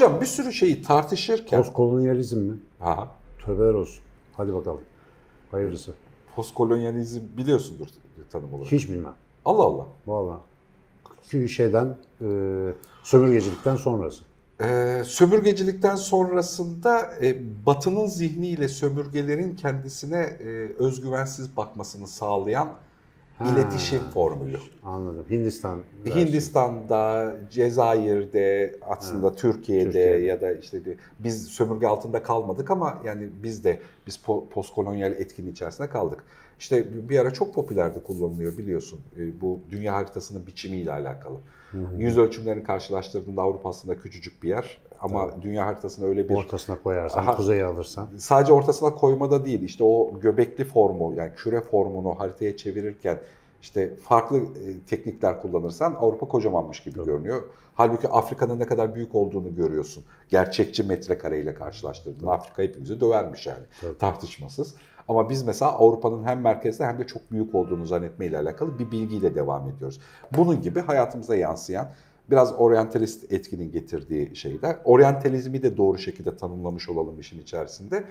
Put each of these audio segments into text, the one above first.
Hocam bir sürü şeyi tartışırken... Postkolonyalizm mi? Ha, Tövbeler olsun. Hadi bakalım. Hayırlısı. postkolonyalizm biliyorsundur tanım olarak. Hiç bilmem. Allah Allah. Vallahi. Sömürgecilikten sonrası. Sömürgecilikten sonrasında Batı'nın zihniyle sömürgelerin kendisine özgüvensiz bakmasını sağlayan iletişim formülü. Anladım. Hindistan versiyonu. Hindistan'da, Cezayir'de, aslında Türkiye'de ya da işte biz sömürge altında kalmadık ama yani biz postkolonyal etkinin içerisinde kaldık. İşte bir ara çok popülerdi, kullanılıyor biliyorsun. Bu dünya haritasının biçimiyle alakalı. Yüz ölçümlerini karşılaştırdığında Avrupa aslında küçücük bir yer ama dünya haritasına öyle bir... Ortasına koyarsan, kuzeyi alırsan. Sadece ortasına koymada değil, işte o göbekli formu, yani küre formunu haritaya çevirirken işte farklı teknikler kullanırsan Avrupa kocamanmış gibi görünüyor. Halbuki Afrika'nın ne kadar büyük olduğunu görüyorsun. Gerçekçi metrekareyle karşılaştırdığında Afrika hepimizi dövermiş yani, tartışmasız. Ama biz mesela Avrupa'nın hem merkezde hem de çok büyük olduğunu zannetmeyle alakalı bir bilgiyle devam ediyoruz. Bunun gibi hayatımıza yansıyan biraz oryantalist etkinin getirdiği şeyler. Oryantalizmi de doğru şekilde tanımlamış olalım işin içerisinde.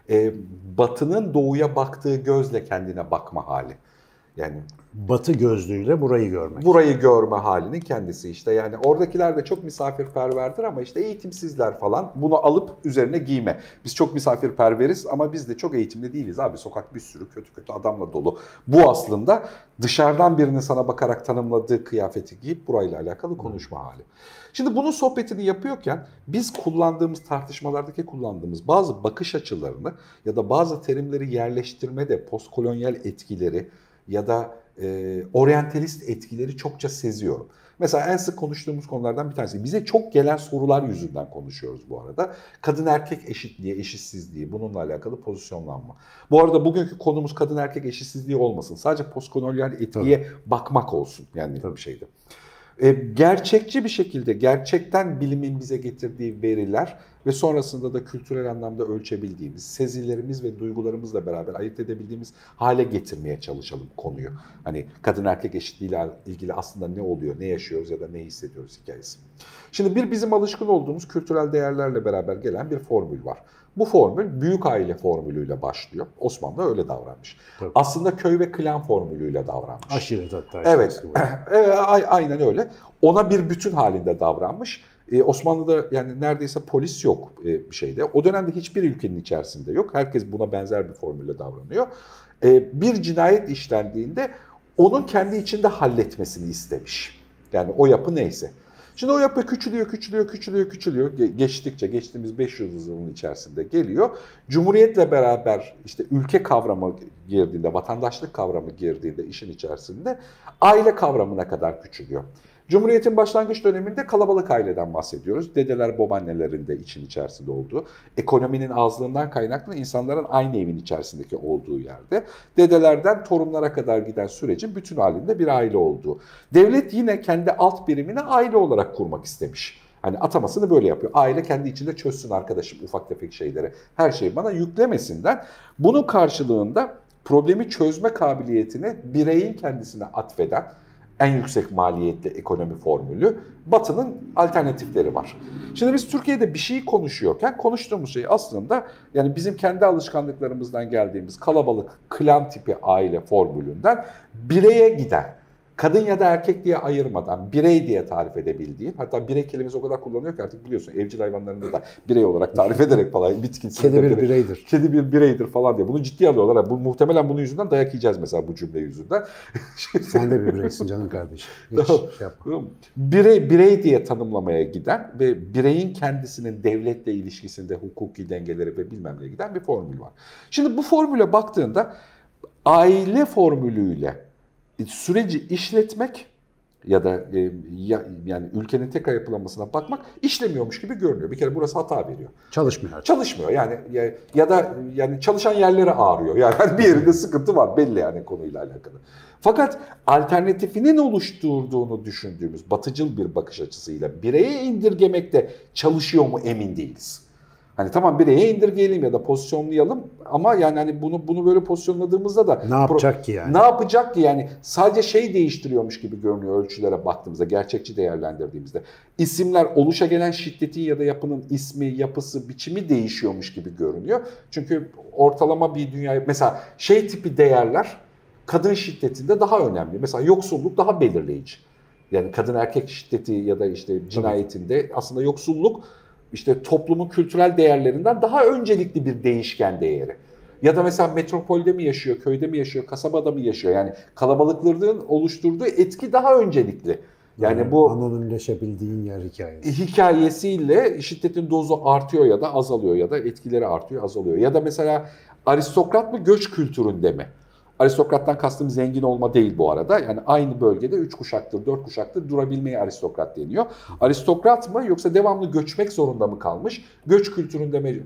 Batı'nın doğuya baktığı gözle kendine bakma hali. Yani Batı gözlüğüyle burayı görmek. burayı görme halinin kendisi işte. Yani oradakiler de çok misafirperverdir ama işte eğitimsizler falan, bunu alıp üzerine giyme. Biz çok misafirperveriz ama biz de çok eğitimli değiliz abi. Sokak bir sürü kötü kötü adamla dolu. Bu aslında dışarıdan birinin sana bakarak tanımladığı kıyafeti giyip burayla alakalı konuşma hali. Şimdi bunun sohbetini yapıyorken biz tartışmalardaki kullandığımız bazı bakış açılarını ya da bazı terimleri yerleştirmede postkolonyal etkileri ya da oryantalist etkileri çokça seziyorum. Mesela en sık konuştuğumuz konulardan bir tanesi. Bize çok gelen sorular yüzünden konuşuyoruz bu arada. Kadın erkek eşitliği, eşitsizliği, bununla alakalı pozisyonlanma. Bu arada bugünkü konumuz kadın erkek eşitsizliği olmasın. Sadece postkolonyal etkiye bakmak olsun yani bir şeyde. Gerçekçi bir şekilde gerçekten bilimin bize getirdiği veriler ve sonrasında da kültürel anlamda ölçebildiğimiz, sezilerimiz ve duygularımızla beraber ayırt edebildiğimiz hale getirmeye çalışalım konuyu. Hani kadın erkek eşitliğiyle ilgili aslında ne oluyor, ne yaşıyoruz ya da ne hissediyoruz hikayesi. Şimdi bizim alışkın olduğumuz kültürel değerlerle beraber gelen bir formül var. Bu formül büyük aile formülüyle başlıyor. Osmanlı öyle davranmış. Tabii. Aslında köy ve klan formülüyle davranmış. Aşiret hatta. Evet, aynen öyle. Ona bir bütün halinde davranmış. Osmanlı'da yani neredeyse polis yok bir şeyde. O dönemde hiçbir ülkenin içerisinde yok. Herkes buna benzer bir formülle davranıyor. Bir cinayet işlendiğinde onun kendi içinde halletmesini istemiş. Yani o yapı neyse. Şimdi o yapı küçülüyor. Geçtiğimiz 500 yılın içerisinde geliyor. Cumhuriyetle beraber işte ülke kavramı girdiğinde, vatandaşlık kavramı girdiğinde işin içerisinde aile kavramına kadar küçülüyor. Cumhuriyetin başlangıç döneminde kalabalık aileden bahsediyoruz. Dedeler, babaannelerin de için içerisinde olduğu, ekonominin azlığından kaynaklı insanların aynı evin içerisindeki olduğu yerde, dedelerden torunlara kadar giden sürecin bütün halinde bir aile olduğu. Devlet yine kendi alt birimini aile olarak kurmak istemiş. Hani atamasını böyle yapıyor. Aile kendi içinde çözsün arkadaşım ufak tefek şeyleri. Her şeyi bana yüklemesinden. Bunun karşılığında problemi çözme kabiliyetini bireyin kendisine atfeden en yüksek maliyetli ekonomi formülü, Batı'nın alternatifleri var. Şimdi biz Türkiye'de bir şeyi konuşuyorken konuştuğumuz şey aslında yani bizim kendi alışkanlıklarımızdan geldiğimiz kalabalık klan tipi aile formülünden bireye giden, kadın ya da erkek diye ayırmadan birey diye tarif edebildiğin, hatta birey kelimesi o kadar kullanılıyor ki artık biliyorsun evcil hayvanlarında da birey olarak tarif ederek falan Kedi bir bireydir. Kedi bir bireydir falan diye. Bunu ciddiye alıyorlar. Muhtemelen bunun yüzünden dayak yiyeceğiz mesela bu cümle yüzünden. Sen de bir bireysin canım kardeşim. Birey diye tanımlamaya giden ve bireyin kendisinin devletle ilişkisinde hukuki dengeleri ve bilmem neye giden bir formül var. Şimdi bu formüle baktığında aile formülüyle süreci işletmek ya da yani ülkenin tekrar yapılanmasına bakmak işlemiyormuş gibi görünüyor. Bir kere burası hata veriyor. Çalışmıyor yani ya da yani çalışan yerleri ağrıyor. Yani bir yerinde sıkıntı var belli yani konuyla alakalı. Fakat alternatifinin oluşturduğunu düşündüğümüz batıcıl bir bakış açısıyla bireye indirgemekte çalışıyor mu emin değiliz. Hani tamam bireye indirgeyelim ya da pozisyonlayalım ama yani hani bunu böyle pozisyonladığımızda da Ne yapacak ki yani? Ne yapacak ki yani sadece şey değiştiriyormuş gibi görünüyor ölçülere baktığımızda, gerçekçi değerlendirdiğimizde. İsimler oluşa gelen şiddeti ya da yapının ismi, yapısı, biçimi değişiyormuş gibi görünüyor. Çünkü ortalama bir dünya mesela şey tipi değerler kadın şiddetinde daha önemli. Mesela yoksulluk daha belirleyici. Yani kadın erkek şiddeti ya da işte cinayetinde aslında yoksulluk işte toplumun kültürel değerlerinden daha öncelikli bir değişken değeri. Ya da mesela metropolde mi yaşıyor, köyde mi yaşıyor, kasabada mı yaşıyor? Yani kalabalıkların oluşturduğu etki daha öncelikli. Yani bu anonimleşebildiğin yer hikayesi. hikayesiyle şiddetin dozu artıyor ya da azalıyor ya da etkileri artıyor, azalıyor. Ya da mesela aristokrat mı, göç kültüründe mi? Aristokrattan kastım zengin olma değil bu arada. Yani aynı bölgede 3 kuşaktır, 4 kuşaktır durabilmeye aristokrat deniyor. Aristokrat mı yoksa devamlı göçmek zorunda mı kalmış? Göç kültüründe mi?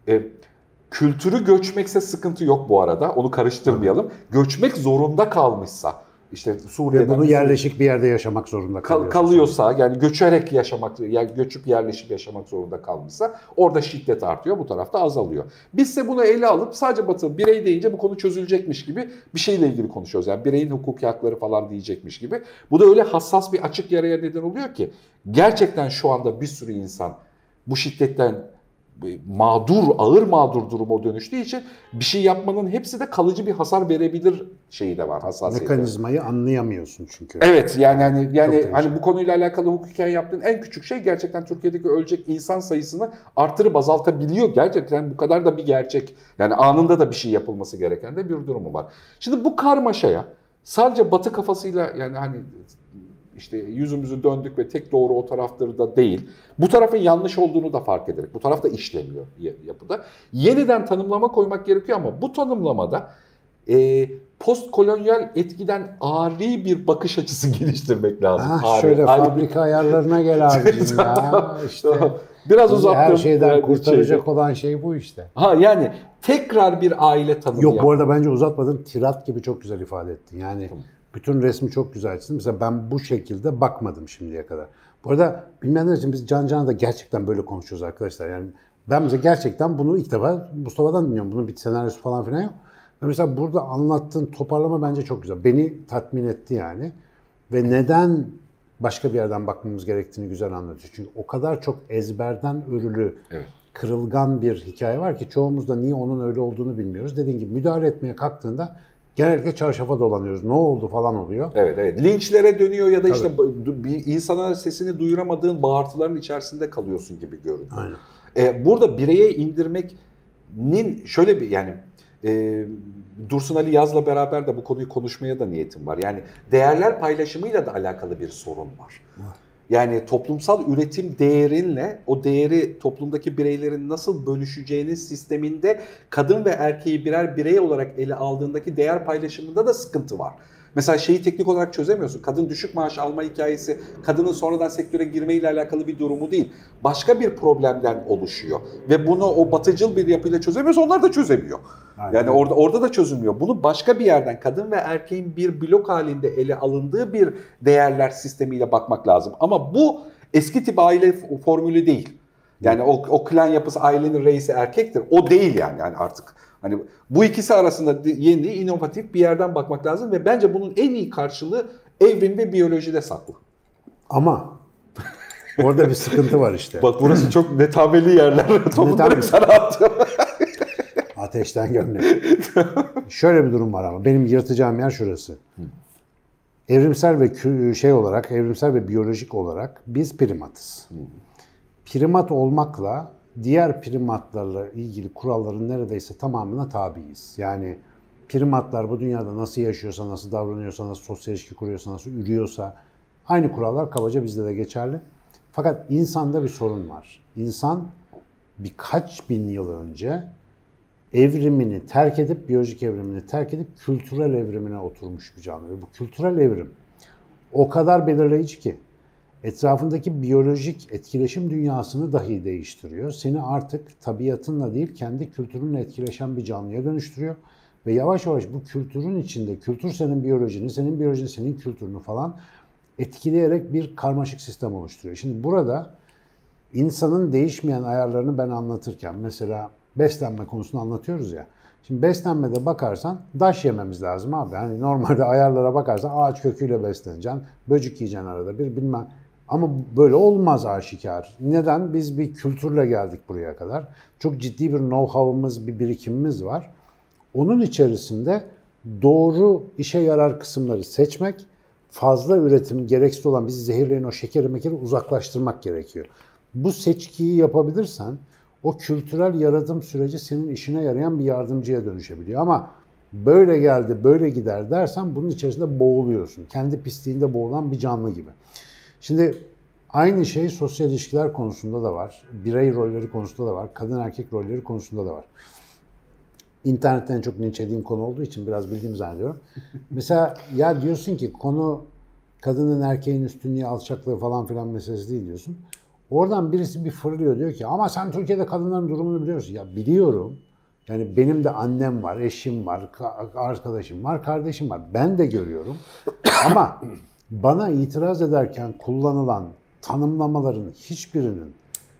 Kültürü göçmekse sıkıntı yok bu arada. Onu karıştırmayalım. Göçmek zorunda kalmışsa, işte Ve Suriye'den bunu yerleşik bir yerde yaşamak zorunda kalıyorsa yani göçerek yaşamak, yani göçüp yerleşip yaşamak zorunda kalmışsa orada şiddet artıyor, bu tarafta azalıyor. Biz de bunu ele alıp sadece Batı birey deyince bu konu çözülecekmiş gibi bir şeyle ilgili konuşuyoruz. Yani bireyin hukuki hakları falan diyecekmiş gibi. Bu da öyle hassas bir açık yaraya neden oluyor ki gerçekten şu anda bir sürü insan bu şiddetten ağır mağdur duruma dönüştüğü için bir şey yapmanın hepsi de kalıcı bir hasar verebilir şeyi de var, hassasiyeti. Mekanizmayı anlayamıyorsun çünkü. Evet yani değişik. hani bu konuyla alakalı hukuken yaptığın en küçük şey gerçekten Türkiye'deki ölecek insan sayısını artırıp azaltabiliyor. Gerçekten bu kadar da bir gerçek. Yani anında da bir şey yapılması gereken de bir durumu var. Şimdi bu karmaşaya sadece Batı kafasıyla yani hani işte yüzümüzü döndük ve tek doğru o taraftır da değil. Bu tarafın yanlış olduğunu da fark ederek, bu taraf da işlemiyor yapıda. Yeniden tanımlama koymak gerekiyor ama bu tanımlamada postkolonyal etkiden ari bir bakış açısı geliştirmek lazım. Şöyle fabrika ayarlarına gel abicim ya. İşte biraz uzattım. Her şeyden kurtaracak olan şey bu işte. Yani tekrar bir aile tanımı Yok bu arada bence uzatmadın. Tirat gibi çok güzel ifade ettin. Yani bütün resmi çok güzel çizdin. Mesela ben bu şekilde bakmadım şimdiye kadar. Bu arada bilmeyenler için biz Can Can'da gerçekten böyle konuşuyoruz arkadaşlar. Yani ben mesela gerçekten bunu ilk defa Mustafa'dan dinliyorum. Bunun bir senaryosu falan filan yok. Ve mesela burada anlattığın toparlama bence çok güzel. Beni tatmin etti yani. Ve neden başka bir yerden bakmamız gerektiğini güzel anlatıyor. Çünkü o kadar çok ezberden örülü, kırılgan bir hikaye var ki çoğumuz da niye onun öyle olduğunu bilmiyoruz. Dediğim gibi müdahale etmeye kalktığında genellikle çarşafa dolanıyoruz. Ne oldu falan oluyor. Evet. Linçlere dönüyor ya da işte bir insana sesini duyuramadığın bağırtıların içerisinde kalıyorsun gibi görünüyor. Aynen. Burada bireye indirmenin şöyle bir yani Dursun Ali Yaz'la beraber de bu konuyu konuşmaya da niyetim var. Yani değerler paylaşımıyla da alakalı bir sorun var. Yani toplumsal üretim değerinle o değeri toplumdaki bireylerin nasıl bölüşeceğinin sisteminde kadın ve erkeği birer birey olarak ele aldığındaki değer paylaşımında da sıkıntı var. Mesela şeyi teknik olarak çözemiyorsun. Kadın düşük maaş alma hikayesi, kadının sonradan sektöre girmeyle alakalı bir durumu değil. Başka bir problemden oluşuyor. Ve bunu o batıcıl bir yapıyla çözemiyorsa onlar da çözemiyor. Aynen. Yani orada da çözülmüyor. Bunu başka bir yerden kadın ve erkeğin bir blok halinde ele alındığı bir değerler sistemiyle bakmak lazım. Ama bu eski tip aile formülü değil. Yani o klan yapısı ailenin reisi erkektir. O değil yani artık. Hani bu ikisi arasında yeni, inovatif bir yerden bakmak lazım ve bence bunun en iyi karşılığı evrim ve biyolojide saklı. Ama orada bir sıkıntı var işte. Bak burası çok netameli yerler. Topu direkt sana attım. Ateşten gömlek. Şöyle bir durum var ama benim yırtacağım yer şurası. Evrimsel ve evrimsel ve biyolojik olarak biz primatız. Primat olmakla diğer primatlarla ilgili kuralların neredeyse tamamına tabiiz. Yani primatlar bu dünyada nasıl yaşıyorsa, nasıl davranıyorsa, nasıl sosyal ilişki kuruyorsa, nasıl ürüyorsa aynı kurallar kabaca bizde de geçerli. Fakat insanda bir sorun var. İnsan birkaç bin yıl önce evrimini terk edip, biyolojik evrimini terk edip kültürel evrimine oturmuş bir canlı. Ve bu kültürel evrim o kadar belirleyici ki etrafındaki biyolojik etkileşim dünyasını dahi değiştiriyor. Seni artık tabiatınla değil kendi kültürünle etkileşen bir canlıya dönüştürüyor. Ve yavaş yavaş bu kültürün içinde, kültür senin biyolojini, senin biyolojin senin kültürünü falan etkileyerek bir karmaşık sistem oluşturuyor. Şimdi burada insanın değişmeyen ayarlarını ben anlatırken mesela beslenme konusunu anlatıyoruz ya. Şimdi beslenmede bakarsan daş yememiz lazım abi. Hani normalde ayarlara bakarsan ağaç köküyle besleneceksin, böcek yiyeceksin arada bir bilmem. Ama böyle olmaz aşikar. Neden? Biz bir kültürle geldik buraya kadar. Çok ciddi bir know-how'ımız, bir birikimimiz var. Onun içerisinde doğru işe yarar kısımları seçmek, fazla üretim gereksiz olan bizi zehirleyen o şekeri mekeri uzaklaştırmak gerekiyor. Bu seçkiyi yapabilirsen o kültürel yaratım süreci senin işine yarayan bir yardımcıya dönüşebiliyor. Ama böyle geldi, böyle gider dersen bunun içerisinde boğuluyorsun. Kendi pisliğinde boğulan bir canlı gibi. Şimdi aynı şey sosyal ilişkiler konusunda da var. Birey rolleri konusunda da var. Kadın erkek rolleri konusunda da var. İnternetten en çok linç yediğim konu olduğu için biraz bildiğimi zannediyorum. Mesela ya diyorsun ki konu kadının erkeğin üstünlüğü, alçaklığı falan filan meselesi değil diyorsun. Oradan birisi bir fırlıyor diyor ki ama sen Türkiye'de kadınların durumunu biliyorsun. Ya biliyorum. Yani benim de annem var, eşim var, arkadaşım var, kardeşim var. Ben de görüyorum. Ama bana itiraz ederken kullanılan tanımlamaların hiçbirinin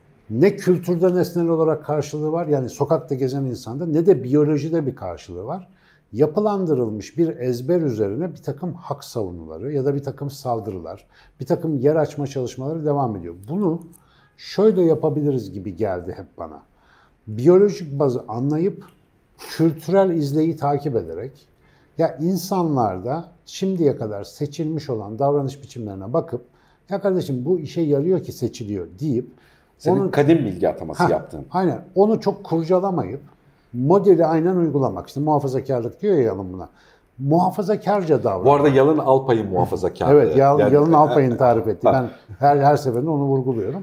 ne kültürde nesnel olarak karşılığı var, yani sokakta gezen insanda, ne de biyolojide bir karşılığı var. Yapılandırılmış bir ezber üzerine bir takım hak savunuları ya da bir takım saldırılar, bir takım yer açma çalışmaları devam ediyor. Bunu şöyle yapabiliriz gibi geldi hep bana. Biyolojik bazı anlayıp kültürel izleyi takip ederek ya insanlarda şimdiye kadar seçilmiş olan davranış biçimlerine bakıp ya kardeşim bu işe yarıyor ki seçiliyor deyip Senin kadim bilgi ataması yaptığın. Aynen. Onu çok kurcalamayıp modeli aynen uygulamak. İşte muhafazakarlık diyor ya Yalın buna. Muhafazakarca davranmak. Bu arada Yalın Alpay'ın muhafazakarlığı. Evet, Yalın Alpay'ın tarif ettiği. Ben her seferinde onu vurguluyorum.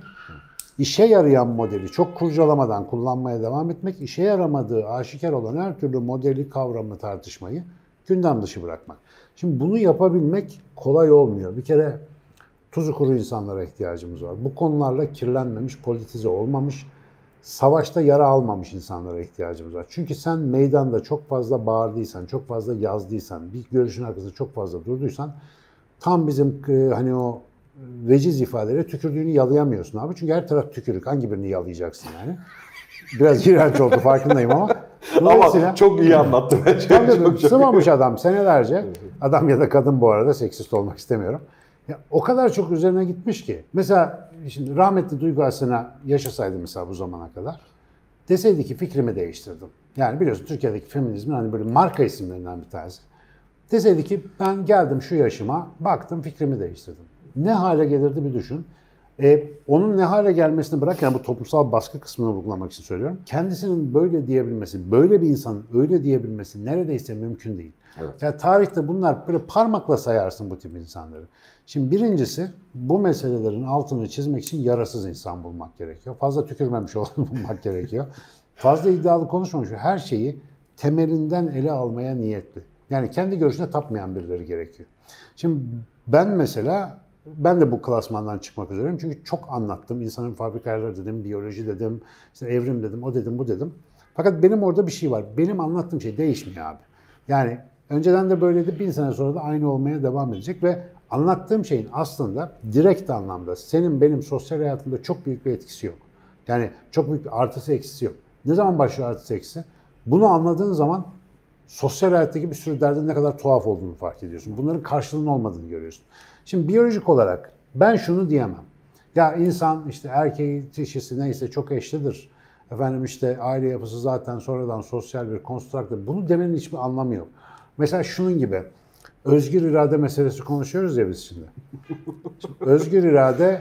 İşe yarayan modeli çok kurcalamadan kullanmaya devam etmek, işe yaramadığı aşikar olan her türlü modeli, kavramı, tartışmayı gündem dışı bırakmak. Şimdi bunu yapabilmek kolay olmuyor. Bir kere tuzu kuru insanlara ihtiyacımız var. Bu konularla kirlenmemiş, politize olmamış, savaşta yara almamış insanlara ihtiyacımız var. Çünkü sen meydanda çok fazla bağırdıysan, çok fazla yazdıysan, bir görüşün arkasında çok fazla durduysan tam bizim hani o veciz ifadeleri tükürdüğünü yalayamıyorsun abi. Çünkü her taraf tükürük. Hangi birini yalayacaksın yani? Biraz iğrenç oldu farkındayım ama. Ama çok iyi anlattı bence. Tabii sıvamış adam senelerce. Adam ya da kadın bu arada, seksist olmak istemiyorum. Ya, o kadar çok üzerine gitmiş ki. Mesela şimdi rahmetli Duygu Asena yaşasaydı mesela bu zamana kadar. Deseydi ki fikrimi değiştirdim. Yani biliyorsun Türkiye'deki feminizmin hani böyle marka isimlerinden bir tanesi. Deseydi ki ben geldim şu yaşıma, baktım fikrimi değiştirdim. Ne hale gelirdi bir düşün. Onun ne hale gelmesini bırak, yani bu toplumsal baskı kısmını vurgulamak için söylüyorum. Kendisinin böyle diyebilmesi, böyle bir insanın öyle diyebilmesi neredeyse mümkün değil. Evet. Yani tarihte bunlar böyle parmakla sayarsın bu tip insanları. Şimdi birincisi bu meselelerin altını çizmek için yarasız insan bulmak gerekiyor. Fazla tükürmemiş olanı bulmak gerekiyor. Fazla iddialı konuşmamış, her şeyi temelinden ele almaya niyetli. Yani kendi görüşüne tapmayan birileri gerekiyor. Şimdi ben de bu klasmandan çıkmak üzereyim. Çünkü çok anlattım. İnsanın fabrikaları dedim, biyoloji dedim, işte evrim dedim, o dedim, bu dedim. Fakat benim orada bir şey var. Benim anlattığım şey değişmiyor abi. Yani önceden de böyleydi, 1000 sene sonra da aynı olmaya devam edecek ve anlattığım şeyin aslında direkt anlamda senin benim sosyal hayatımda çok büyük bir etkisi yok. Yani çok büyük bir artısı eksisi yok. Ne zaman başlıyor artısı eksisi? Bunu anladığın zaman sosyal hayattaki bir sürü derdin ne kadar tuhaf olduğunu fark ediyorsun. Bunların karşılığının olmadığını görüyorsun. Şimdi biyolojik olarak ben şunu diyemem. Ya insan işte erkeği, dişisi neyse çok eşlidir. Efendim işte aile yapısı zaten sonradan sosyal bir konstruktör. Bunu demenin hiçbir anlamı yok. Mesela şunun gibi. Özgür irade meselesi konuşuyoruz ya biz şimdi. Özgür irade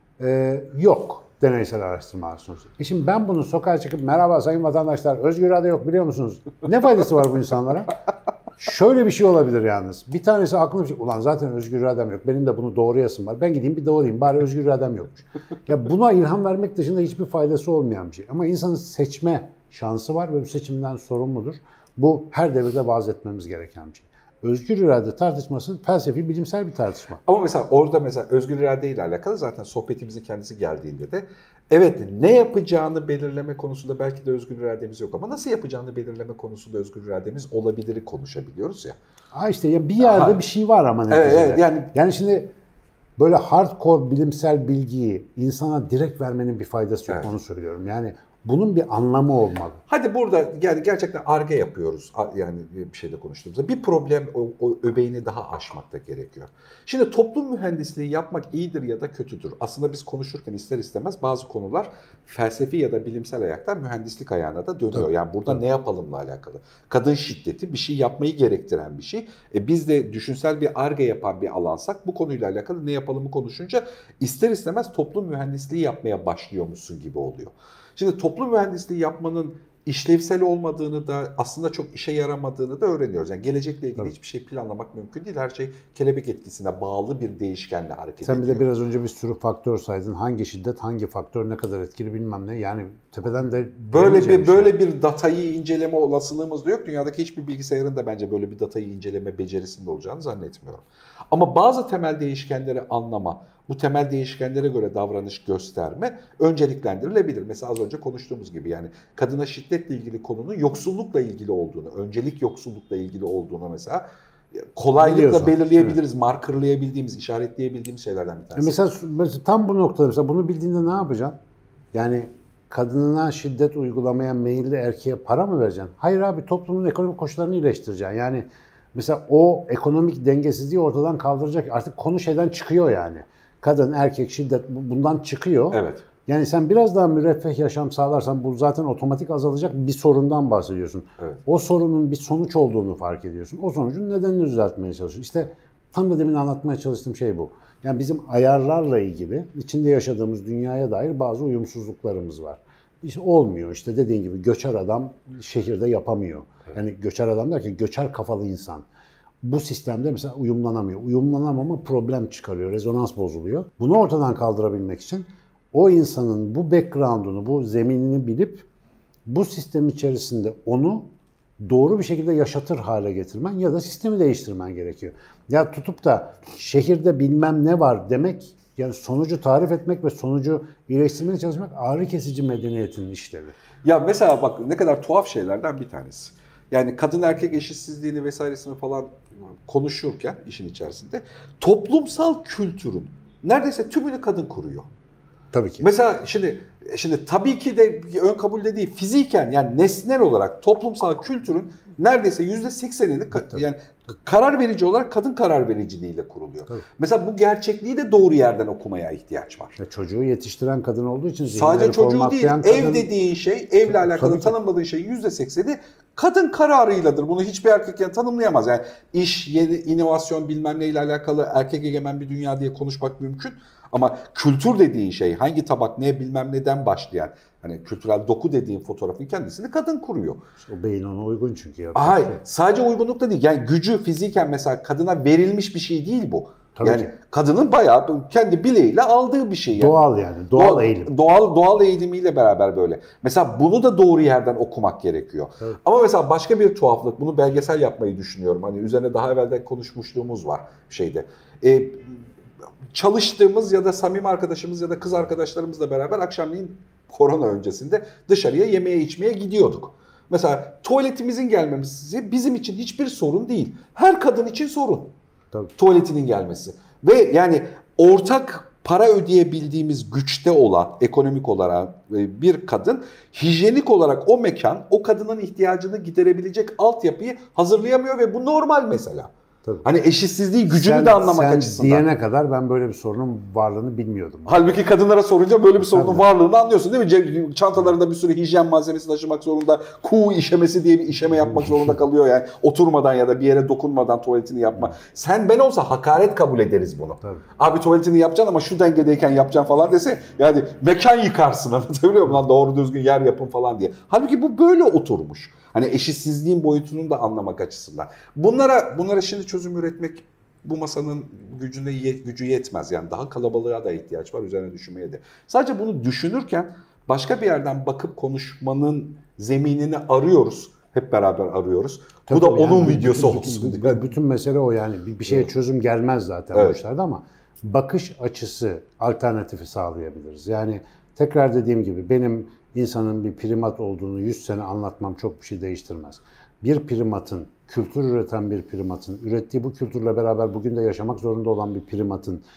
yok deneysel araştırma sonucu. Şimdi ben bunu sokağa çıkıp merhaba sayın vatandaşlar özgür irade yok biliyor musunuz? Ne faydası var bu insanlara? Şöyle bir şey olabilir yalnız. Bir tanesi aklına bir şey, ulan zaten özgür iradem yok. Benim de bunu doğruyasım var. Ben gideyim bir doğrayayım. Bari özgür iradem yokmuş. Ya buna ilham vermek dışında hiçbir faydası olmayan bir şey. Ama insanın seçme şansı var ve bu seçimden sorumludur. Bu her devirde vaaz etmemiz gereken bir şey. Özgür irade tartışması felsefi, bilimsel bir tartışma. Ama mesela orada özgür irade ile alakalı zaten sohbetimizin kendisi geldiğinde de evet ne yapacağını belirleme konusunda belki de özgür irademiz yok ama nasıl yapacağını belirleme konusunda özgür irademiz olabilir konuşabiliyoruz ya. İşte ya bir yerde bir şey var ama neticede. Evet, yani şimdi böyle hardcore bilimsel bilgiyi insana direkt vermenin bir faydası yok, onu söylüyorum. Yani bunun bir anlamı olmalı. Hadi burada yani gerçekten Ar-Ge yapıyoruz. Yani bir şeyde konuştuğumuzda. Bir problem o öbeğini daha aşmak da gerekiyor. Şimdi toplum mühendisliği yapmak iyidir ya da kötüdür. Aslında biz konuşurken ister istemez bazı konular felsefi ya da bilimsel ayaktan mühendislik ayağına da dönüyor. Yani burada ne yapalımla alakalı. Kadın şiddeti bir şey yapmayı gerektiren bir şey. Biz de düşünsel bir Ar-Ge yapan bir alansak bu konuyla alakalı ne yapalımı konuşunca ister istemez toplum mühendisliği yapmaya başlıyormuşsun gibi oluyor. Şimdi toplum mühendisliği yapmanın işlevsel olmadığını da aslında çok işe yaramadığını da öğreniyoruz. Yani gelecekle ilgili hiçbir şey planlamak mümkün değil. Her şey kelebek etkisine bağlı bir değişkenle hareket ediyor. Sen bir de biraz önce bir sürü faktör saydın. Hangi şiddet, hangi faktör ne kadar etkili bilmem ne. Yani tepeden de böyle bir datayı inceleme olasılığımız da yok. Dünyadaki hiçbir bilgisayarın da bence böyle bir datayı inceleme becerisinde olacağını zannetmiyorum. Ama bazı temel değişkenleri anlama, bu temel değişkenlere göre davranış gösterme önceliklendirilebilir. Mesela az önce konuştuğumuz gibi yani kadına şiddetle ilgili konunun yoksullukla ilgili olduğunu, öncelik yoksullukla ilgili olduğunu mesela kolaylıkla belirleyebiliriz, markerlayabildiğimiz, işaretleyebildiğimiz şeylerden bir tanesi. Mesela tam bu noktada mesela bunu bildiğinde ne yapacaksın? Yani kadınına şiddet uygulamaya meyilli erkeğe para mı vereceksin? Hayır abi, toplumun ekonomik koşullarını iyileştireceksin. Yani mesela o ekonomik dengesizliği ortadan kaldıracak. Artık konu şeyden çıkıyor yani. Kadın, erkek, şiddet bundan çıkıyor. Evet. Yani sen biraz daha müreffeh yaşam sağlarsan bu zaten otomatik azalacak bir sorundan bahsediyorsun. Evet. O sorunun bir sonuç olduğunu fark ediyorsun. O sonucun nedenini düzeltmeye çalışıyorsun. İşte tam da demin anlatmaya çalıştığım şey bu. Yani bizim ayarlarla ilgili içinde yaşadığımız dünyaya dair bazı uyumsuzluklarımız var. İşte olmuyor, işte dediğin gibi göçer adam şehirde yapamıyor. Yani göçer adam derken göçer kafalı insan. Bu sistemde mesela uyumlanamıyor. Uyumlanamama problem çıkarıyor, rezonans bozuluyor. Bunu ortadan kaldırabilmek için o insanın bu background'unu, bu zeminini bilip bu sistem içerisinde onu doğru bir şekilde yaşatır hale getirmen ya da sistemi değiştirmen gerekiyor. Ya tutup da şehirde bilmem ne var demek, yani sonucu tarif etmek ve sonucu iyileştirmeye çalışmak ağrı kesici medeniyetin işlevi. Ya mesela bak ne kadar tuhaf şeylerden bir tanesi. Yani kadın erkek eşitsizliğini vesairesini falan konuşurken işin içerisinde toplumsal kültürün neredeyse tümünü kadın kuruyor. Tabii ki. Mesela şimdi tabii ki de ön kabulde değil, fiziken yani nesnel olarak toplumsal kültürün neredeyse %80'ini yani karar verici olarak kadın karar vericiliğiyle kuruluyor. Tabii. Mesela bu gerçekliği de doğru yerden okumaya ihtiyaç var. Ya çocuğu yetiştiren kadın olduğu için Sadece çocuğu değil, ev dediğin şey, evle alakalı tanımladığın şeyin %80'i kadın kararıyladır. Bunu hiçbir erkek tanımlayamaz. Yani iş, yeni inovasyon bilmem neyle alakalı erkek egemen bir dünya diye konuşmak mümkün. Ama kültür dediğin şey hangi tabak ne bilmem neden başlayan hani kültürel doku dediğin fotoğrafın kendisini kadın kuruyor. O beyin ona uygun çünkü. Hayır, sadece uygunluk da değil. Yani gücü fiziken mesela kadına verilmiş bir şey değil bu. Tabii yani ki. kadının bayağı kendi bileğiyle aldığı bir şey. Yani. Doğal yani. Doğal eğilim. Doğal eğilimiyle beraber böyle. Mesela bunu da doğru yerden okumak gerekiyor. Evet. Ama mesela başka bir tuhaflık, bunu belgesel yapmayı düşünüyorum. Hani üzerine daha evvelden konuşmuşluğumuz var şeyde. Çalıştığımız ya da samimi arkadaşımız ya da kız arkadaşlarımızla beraber akşamleyin korona öncesinde dışarıya yemeğe içmeye gidiyorduk. Mesela tuvaletimizin gelmesi bizim için hiçbir sorun değil. Her kadın için sorun. Tabii. Tuvaletinin gelmesi. Ve yani ortak para ödeyebildiğimiz güçte olan, ekonomik olarak bir kadın hijyenik olarak o mekan, o kadının ihtiyacını giderebilecek altyapıyı hazırlayamıyor ve bu normal mesela. Tabii. Hani eşitsizliği, gücünü de anlamak açısından. Sen diyene kadar ben böyle bir sorunun varlığını bilmiyordum. Halbuki kadınlara sorunca böyle bir sorunun varlığını anlıyorsun değil mi? Çantalarında bir sürü hijyen malzemesi taşımak zorunda. Kuğu işemesi diye bir işeme yapmak zorunda kalıyor yani. Oturmadan ya da bir yere dokunmadan tuvaletini yapma. Sen ben olsa hakaret kabul ederiz bunu. Tabii. Abi tuvaletini yapacaksın ama şu dengedeyken yapacaksın falan dese yani mekan yıkarsın, anlatabiliyor muyum? Lan doğru düzgün yer yapın falan diye. Halbuki bu böyle oturmuş. Hani eşitsizliğin boyutunu da anlamak açısından. Bunlara şimdi çözüm üretmek bu masanın gücü yetmez. Yani daha kalabalığa da ihtiyaç var üzerine düşünmeye de. Sadece bunu düşünürken başka bir yerden bakıp konuşmanın zeminini arıyoruz. Hep beraber arıyoruz. Tabii bu da yani onun videosu olsun. Bütün mesele o yani. Bir şeye çözüm gelmez zaten bu işlerde ama bakış açısı alternatifi sağlayabiliriz. Yani tekrar dediğim gibi benim insanın bir primat olduğunu 100 sene anlatmam çok bir şey değiştirmez. Bir primatın, kültür üreten bir primatın, ürettiği bu kültürle beraber bugün de yaşamak zorunda olan bir primatın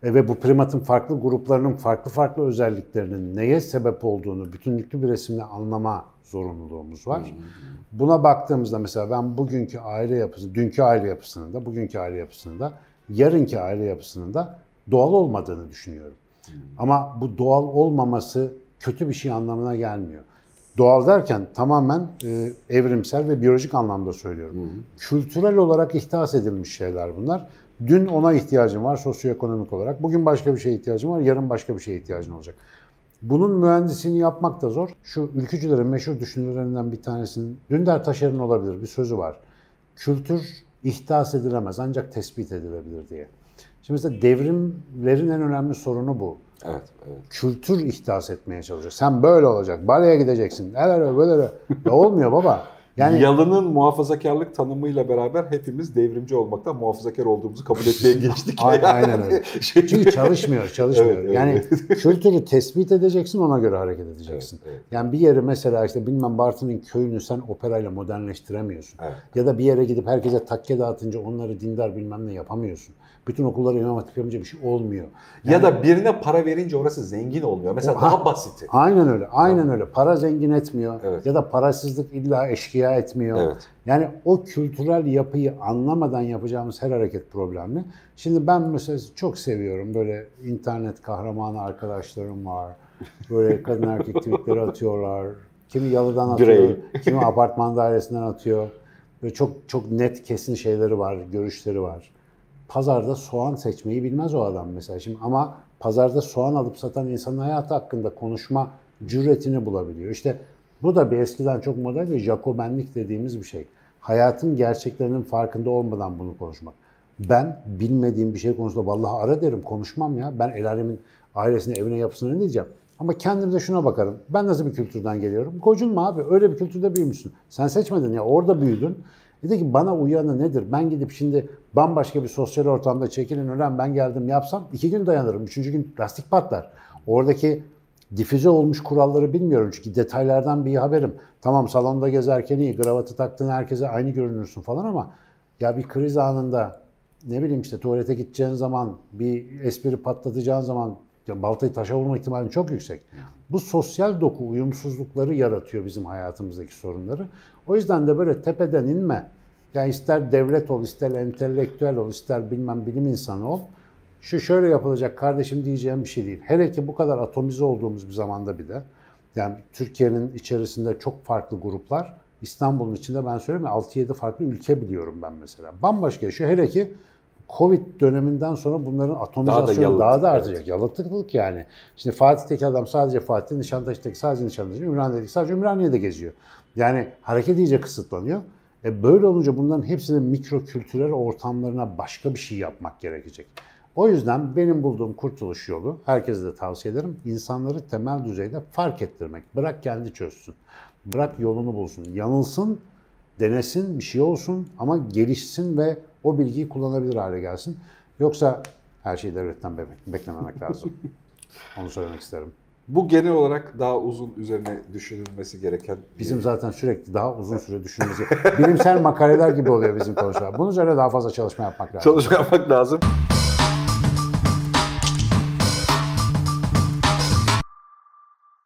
Ve bu primatın farklı gruplarının farklı özelliklerinin neye sebep olduğunu bütünlüklü bir resimle anlama zorunluluğumuz var. Buna baktığımızda mesela ben bugünkü aile yapısı, dünkü aile yapısının da, bugünkü aile yapısının da, yarınki aile yapısının da doğal olmadığını düşünüyorum. Ama bu doğal olmaması kötü bir şey anlamına gelmiyor. Doğal derken tamamen evrimsel ve biyolojik anlamda söylüyorum. Kültürel olarak ihdas edilmiş şeyler bunlar. Dün ona ihtiyacın var sosyoekonomik olarak. Bugün başka bir şeye ihtiyacın var, yarın başka bir şeye ihtiyacın olacak. Bunun mühendisliğini yapmak da zor. Şu ülkücülerin meşhur düşünürlerinden bir tanesinin, Dündar Taşer'in olabilir bir sözü var. Kültür ihdas edilemez ancak tespit edilebilir diye. Şimdi mesela devrimlerin en önemli sorunu bu. Evet, evet. Kültür ihdas etmeye çalışıyor. Sen böyle olacak, Bali'ye gideceksin. Böyle. Ya olmuyor baba. Yani Yalın'ın muhafazakarlık tanımıyla beraber hepimiz devrimci olmaktan muhafazakar olduğumuzu kabul etmeye geçtik. Aynen öyle. Çünkü çalışmıyor. Evet, yani kültürü tespit edeceksin, ona göre hareket edeceksin. Evet. Yani bir yeri mesela işte bilmem Bartın'ın köyünü sen operayla modernleştiremiyorsun. Evet. Ya da bir yere gidip herkese takke dağıtınca onları dindar bilmem ne yapamıyorsun. Bütün okulları İmam Hatip yapınca bir şey olmuyor. Ya da birine para verince orası zengin olmuyor. Mesela daha basiti. Aynen öyle. Para zengin etmiyor. Evet. Ya da parasızlık illa eşkıya etmiyor. Evet. Yani o kültürel yapıyı anlamadan yapacağımız her hareket problemli. Şimdi ben mesela çok seviyorum, böyle internet kahramanı arkadaşlarım var. Böyle kadın erkek tweetleri atıyorlar. Kimi yalıdan atıyor, kimi apartman dairesinden atıyor. Böyle çok net kesin şeyleri var, görüşleri var. Pazarda soğan seçmeyi bilmez o adam mesela. Şimdi ama pazarda soğan alıp satan insanın hayatı hakkında konuşma cüretini bulabiliyor. İşte bu da bir eskiden çok model bir Jacobenlik dediğimiz bir şey. Hayatın gerçeklerinin farkında olmadan bunu konuşmak. Ben bilmediğim bir şey konusunda vallahi ara derim, konuşmam ya. Ben el alemin ailesine, evine, yapısına ne diyeceğim? Ama kendimde şuna bakarım. Ben nasıl bir kültürden geliyorum? Gocunma abi. Öyle bir kültürde büyümüşsün. Sen seçmedin ya. Orada büyüdün. Dedi ki bana uyanı nedir? Ben gidip şimdi bambaşka bir sosyal ortamda çekilin ölen ben geldim yapsam 2 gün dayanırım. 3. gün lastik patlar. Oradaki difüze olmuş kuralları bilmiyorum çünkü detaylardan bir haberim. Tamam salonda gezerken iyi, kravatı taktığın herkese aynı görünürsün falan ama ya bir kriz anında ne bileyim işte tuvalete gideceğin zaman, bir espri patlatacağın zaman baltayı taşa vurma ihtimali çok yüksek. Bu sosyal doku uyumsuzlukları yaratıyor bizim hayatımızdaki sorunları. O yüzden de böyle tepeden inme. Yani ister devlet ol, ister entelektüel ol, ister bilmem bilim insanı ol. Şu şöyle yapılacak kardeşim diyeceğim bir şey değil. Hele ki bu kadar atomize olduğumuz bir zamanda bir de. Yani Türkiye'nin içerisinde çok farklı gruplar. İstanbul'un içinde ben söyleyeyim mi 6-7 farklı ülke biliyorum ben mesela. Bambaşka yaşıyor. Hele ki Covid döneminden sonra bunların atomizasyonu daha da artacak. Evet. Yalıtıklık yani. Şimdi Fatih'teki adam sadece Fatih'te, Nişantaşı'ndaki sadece Nişantaşı, Ümraniye'deki sadece Ümraniye'de geziyor. Yani hareket iyice kısıtlanıyor. Böyle olunca bunların hepsinin mikro kültürel ortamlarına başka bir şey yapmak gerekecek. O yüzden benim bulduğum kurtuluş yolu, herkese de tavsiye ederim, insanları temel düzeyde fark ettirmek. Bırak kendi çözsün. Bırak yolunu bulsun. Yanılsın, denesin, bir şey olsun ama gelişsin ve o bilgiyi kullanabilir hale gelsin. Yoksa her şeyi devletten beklememek lazım. Onu söylemek isterim. Bu genel olarak daha uzun üzerine düşünülmesi gereken... Bizim zaten sürekli daha uzun süre düşünmesi. Bilimsel makaleler gibi oluyor bizim konuşmalar. Bunun üzerine daha fazla çalışma yapmak lazım. Çalışma yapmak lazım.